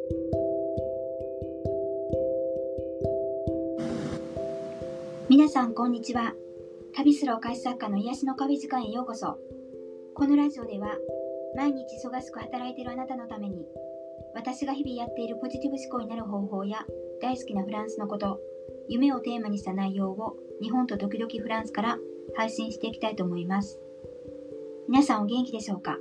皆さんこんにちは。旅するお菓子作家の癒しのカフェ時間へようこそ。このラジオでは毎日忙しく働いているあなたのために、私が日々やっているポジティブ思考になる方法や大好きなフランスのこと、夢をテーマにした内容を日本と時々フランスから配信していきたいと思います。皆さんお元気でしょうか？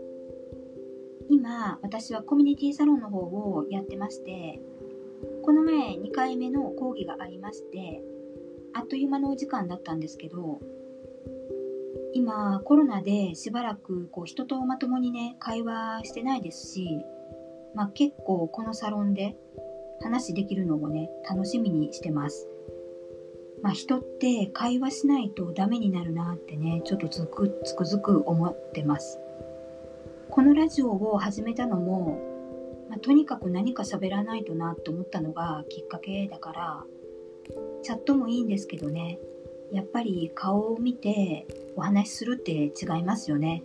今私はコミュニティサロンの方をやってまして、この前2回目の講義がありまして、あっという間のお時間だったんですけど、今コロナでしばらく人とまともにね会話してないですし、結構このサロンで話できるのをね楽しみにしてます。人って会話しないとダメになるなってね、ちょっとつくづく思ってます。このラジオを始めたのも、とにかく何か喋らないとなと思ったのがきっかけだから、チャットもいいんですけどね、やっぱり顔を見てお話しするって違いますよね。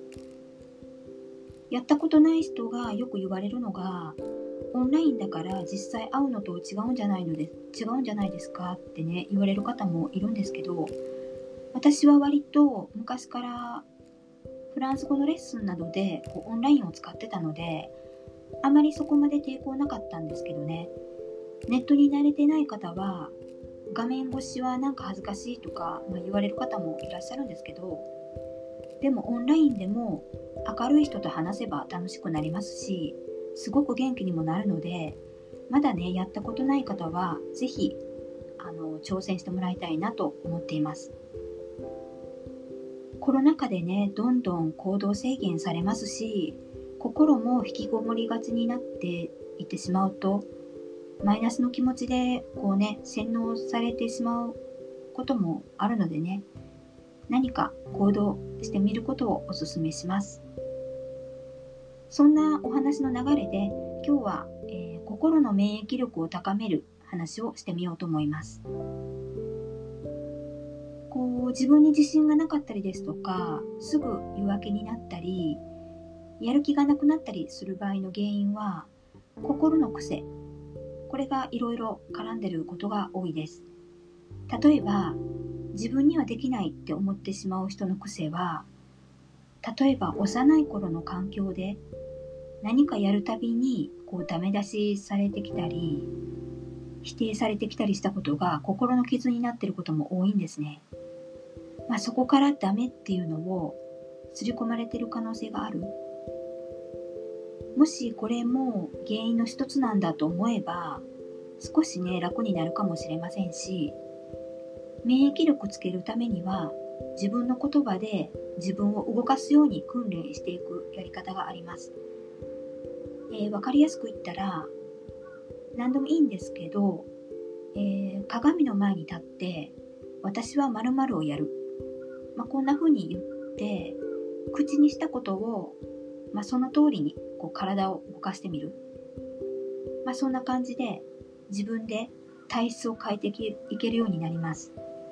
やったことない人がよく言われるのが、オンラインだから実際会うのと違うんじゃないですかってね言われる方もいるんですけど、私は割と昔からフランス語のレッスンなどでオンラインを使ってたので、あまりそこまで抵抗なかったんですけどね、ネットに慣れてない方は画面越しはなんか恥ずかしいとか、言われる方もいらっしゃるんですけど、でもオンラインでも明るい人と話せば楽しくなりますし、すごく元気にもなるので、まだねやったことない方はぜひ挑戦してもらいたいなと思っています。コロナ禍でねどんどん行動制限されますし、心も引きこもりがちになっていってしまうと、マイナスの気持ちで洗脳されてしまうこともあるのでね、何か行動してみることをお勧めします。そんなお話の流れで今日は、心の免疫力を高める話をしてみようと思います。自分に自信がなかったりですとか、すぐ弱気になったり、やる気がなくなったりする場合の原因は心の癖、これがいろいろ絡んでることが多いです。例えば自分にはできないって思ってしまう人の癖は、例えば幼い頃の環境で何かやるたびにダメ出しされてきたり否定されてきたりしたことが心の傷になっていることも多いんですね。そこからダメっていうのを刷り込まれている可能性がある。もしこれも原因の一つなんだと思えば、少しね楽になるかもしれませんし、免疫力つけるためには自分の言葉で自分を動かすように訓練していくやり方があります。わかりやすく言ったら何でもいいんですけど、鏡の前に立って私は〇〇をやる、こんな風に言って口にしたことを、その通りに体を動かしてみる、そんな感じで自分で体質を変えていけるようになります。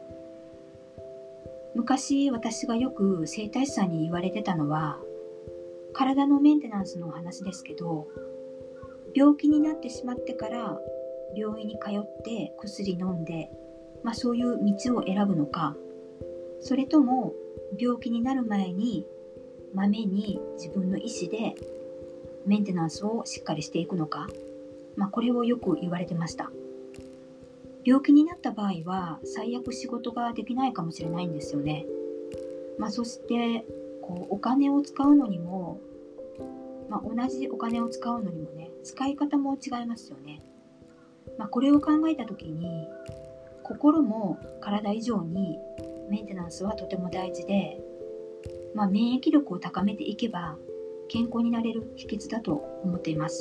昔私がよく整体師さんに言われてたのは、体のメンテナンスの話ですけど、病気になってしまってから病院に通って薬飲んで、そういう道を選ぶのか、それとも病気になる前にまめに自分の意思でメンテナンスをしっかりしていくのか、これをよく言われてました。病気になった場合は最悪仕事ができないかもしれないんですよね。そしてお金を使うのにも、同じお金を使うのにもね、使い方も違いますよね。これを考えた時に、心も体以上にメンテナンスはとても大事で、免疫力を高めていけば健康になれる秘訣だと思っています。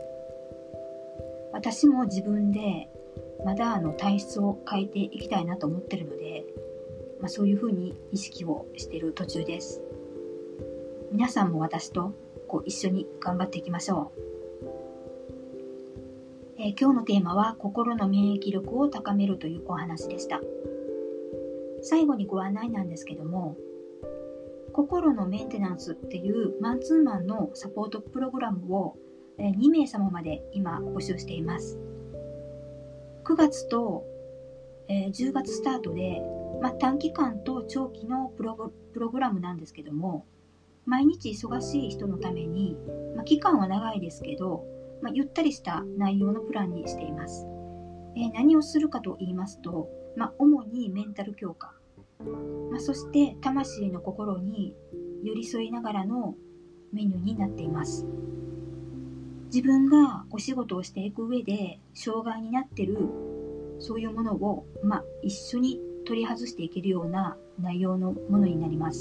私も自分でまだ体質を変えていきたいなと思っているので、そういうふうに意識をしている途中です。皆さんも私と一緒に頑張っていきましょう。今日のテーマは心の免疫力を高めるというお話でした。最後にご案内なんですけども、心のメンテナンスっていうマンツーマンのサポートプログラムを 2名様まで今募集しています。9月と10月スタートで、短期間と長期のプログラムなんですけども、毎日忙しい人のために、期間は長いですけど、ゆったりした内容のプランにしています。何をするかと言いますと、主にメンタル強化、そして魂の心に寄り添いながらのメニューになっています。自分がお仕事をしていく上で障害になっているそういうものを、一緒に取り外していけるような内容のものになります。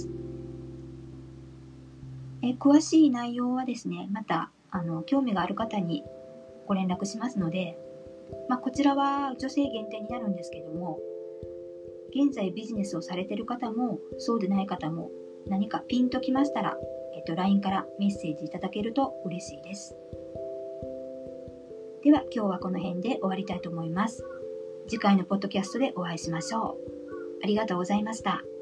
詳しい内容はですね、また興味がある方にご連絡しますので、こちらは女性限定になるんですけども、現在ビジネスをされている方もそうでない方も何かピンときましたら、LINE からメッセージいただけると嬉しいです。では今日はこの辺で終わりたいと思います。次回のポッドキャストでお会いしましょう。ありがとうございました。